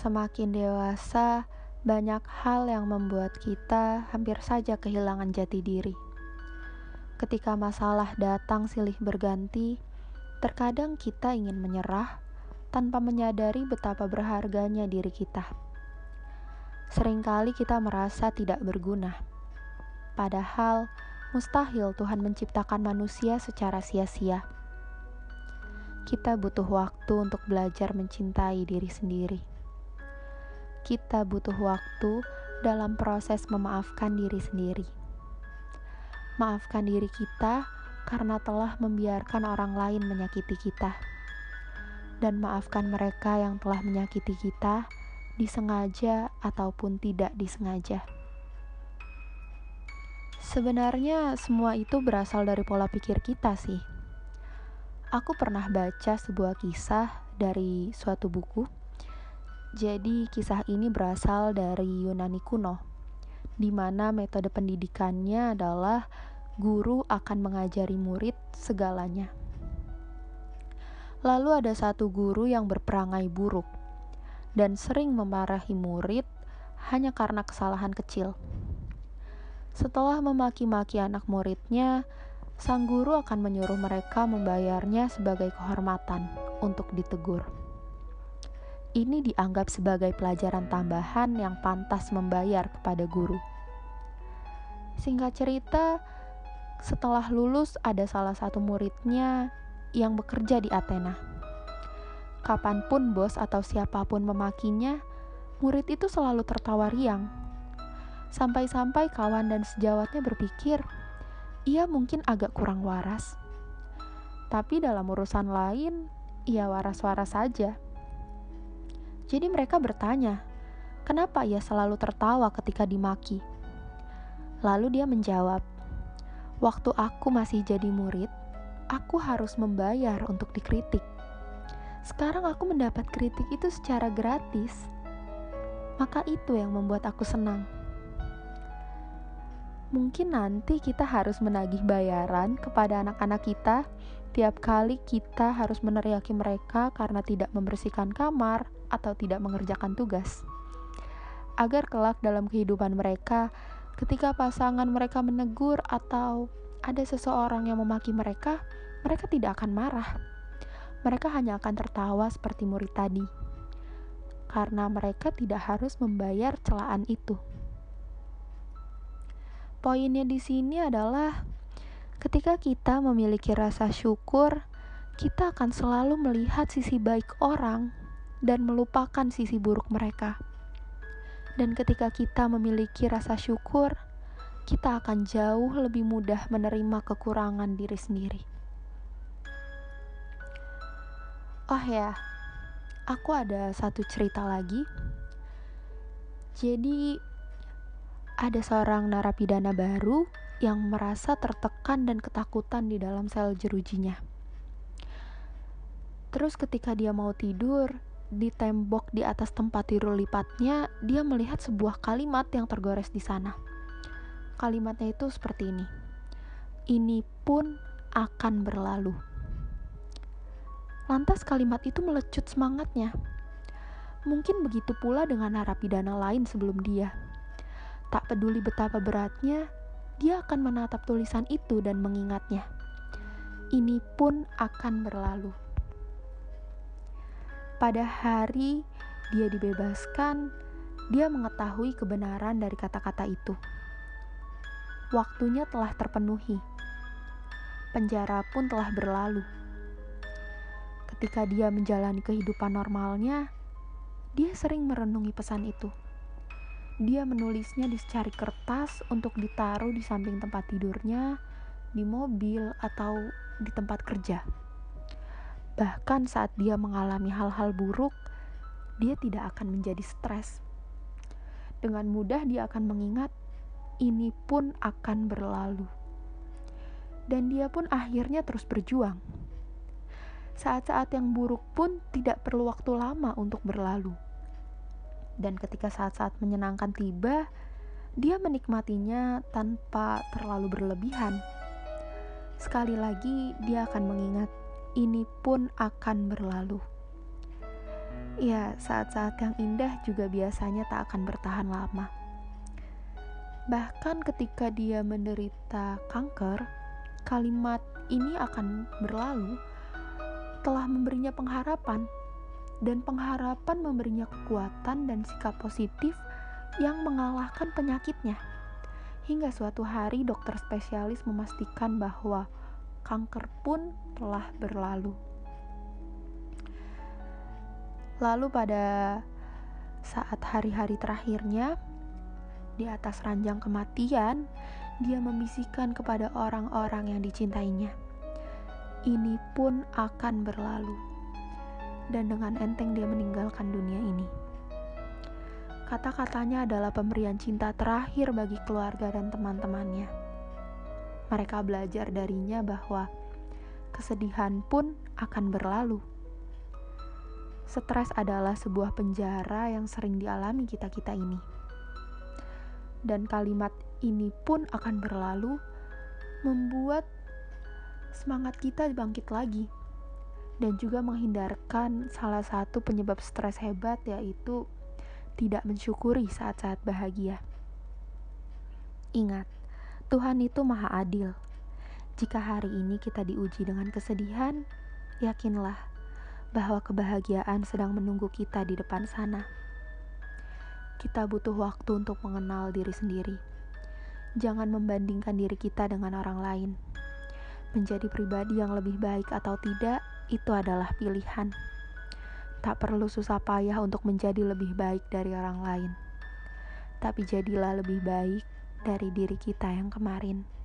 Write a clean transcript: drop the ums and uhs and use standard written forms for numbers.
Semakin dewasa, banyak hal yang membuat kita hampir saja kehilangan jati diri. Ketika masalah datang silih berganti, terkadang kita ingin menyerah tanpa menyadari betapa berharganya diri kita. Seringkali kita merasa tidak berguna, padahal mustahil Tuhan menciptakan manusia secara sia-sia. Kita butuh waktu untuk belajar mencintai diri sendiri. Kita butuh waktu dalam proses memaafkan diri sendiri. Maafkan diri kita karena telah membiarkan orang lain menyakiti kita. Dan maafkan mereka yang telah menyakiti kita, disengaja ataupun tidak disengaja. Sebenarnya semua itu berasal dari pola pikir kita sih. Aku pernah baca sebuah kisah dari suatu buku. Jadi kisah ini berasal dari Yunani kuno, di mana metode pendidikannya adalah guru akan mengajari murid segalanya. Lalu ada satu guru yang berperangai buruk dan sering memarahi murid hanya karena kesalahan kecil. Setelah memaki-maki anak muridnya, sang guru akan menyuruh mereka membayarnya sebagai kehormatan untuk ditegur. Ini dianggap sebagai pelajaran tambahan yang pantas membayar kepada guru. Singkat cerita, setelah lulus ada salah satu muridnya yang bekerja di Athena. Kapanpun bos atau siapapun memakinya, murid itu selalu tertawa riang. Sampai-sampai kawan dan sejawatnya berpikir, ia mungkin agak kurang waras. Tapi dalam urusan lain, ia waras-waras saja. Jadi mereka bertanya, kenapa ia selalu tertawa ketika dimaki? Lalu dia menjawab, waktu aku masih jadi murid, aku harus membayar untuk dikritik. Sekarang aku mendapat kritik itu secara gratis. Maka itu yang membuat aku senang. Mungkin nanti kita harus menagih bayaran kepada anak-anak kita tiap kali kita harus meneriaki mereka karena tidak membersihkan kamar atau tidak mengerjakan tugas. Agar kelak dalam kehidupan mereka, ketika pasangan mereka menegur atau ada seseorang yang memaki mereka, mereka tidak akan marah. Mereka hanya akan tertawa seperti murid tadi. Karena mereka tidak harus membayar celaan itu. Poinnya di sini adalah ketika kita memiliki rasa syukur, kita akan selalu melihat sisi baik orang dan melupakan sisi buruk mereka. Dan ketika kita memiliki rasa syukur, kita akan jauh lebih mudah menerima kekurangan diri sendiri. Oh ya, aku ada satu cerita lagi. Jadi, ada seorang narapidana baru yang merasa tertekan dan ketakutan di dalam sel jerujinya. Terus ketika dia mau tidur, di tembok di atas tempat tidur lipatnya, dia melihat sebuah kalimat yang tergores di sana. Kalimatnya itu seperti ini. Ini pun akan berlalu. Lantas kalimat itu melecut semangatnya. Mungkin begitu pula dengan narapidana lain sebelum dia. Tak peduli betapa beratnya, dia akan menatap tulisan itu dan mengingatnya. Ini pun akan berlalu. Pada hari dia dibebaskan, dia mengetahui kebenaran dari kata-kata itu. Waktunya telah terpenuhi. Penjara pun telah berlalu. Ketika dia menjalani kehidupan normalnya, dia sering merenungi pesan itu. Dia menulisnya di secari kertas untuk ditaruh di samping tempat tidurnya, di mobil, atau di tempat kerja. Bahkan saat dia mengalami hal-hal buruk, dia tidak akan menjadi stres. Dengan mudah dia akan mengingat, ini pun akan berlalu. Dan dia pun akhirnya terus berjuang. Saat-saat yang buruk pun tidak perlu waktu lama untuk berlalu. Dan ketika saat-saat menyenangkan tiba, dia menikmatinya tanpa terlalu berlebihan. Sekali lagi dia akan mengingat, ini pun akan berlalu. Ya, saat-saat yang indah juga biasanya tak akan bertahan lama. Bahkan ketika dia menderita kanker, kalimat ini akan berlalu telah memberinya pengharapan, dan pengharapan memberinya kekuatan dan sikap positif yang mengalahkan penyakitnya. Hingga suatu hari dokter spesialis memastikan bahwa kanker pun telah berlalu. Lalu pada saat hari-hari terakhirnya, di atas ranjang kematian, dia membisikkan kepada orang-orang yang dicintainya, "Ini pun akan berlalu." Dan dengan enteng dia meninggalkan dunia ini. Kata-katanya adalah pemberian cinta terakhir bagi keluarga dan teman-temannya. Mereka belajar darinya bahwa kesedihan pun akan berlalu. Stres adalah sebuah penjara yang sering dialami kita-kita ini. Dan kalimat "ini pun akan berlalu" membuat semangat kita bangkit lagi. Dan juga menghindarkan salah satu penyebab stres hebat, yaitu tidak mensyukuri saat-saat bahagia. Ingat, Tuhan itu Maha Adil. Jika hari ini kita diuji dengan kesedihan, yakinlah bahwa kebahagiaan sedang menunggu kita di depan sana. Kita butuh waktu untuk mengenal diri sendiri. Jangan membandingkan diri kita dengan orang lain. Menjadi pribadi yang lebih baik atau tidak, itu adalah pilihan. Tak perlu susah payah untuk menjadi lebih baik dari orang lain. Tapi jadilah lebih baik dari diri kita yang kemarin.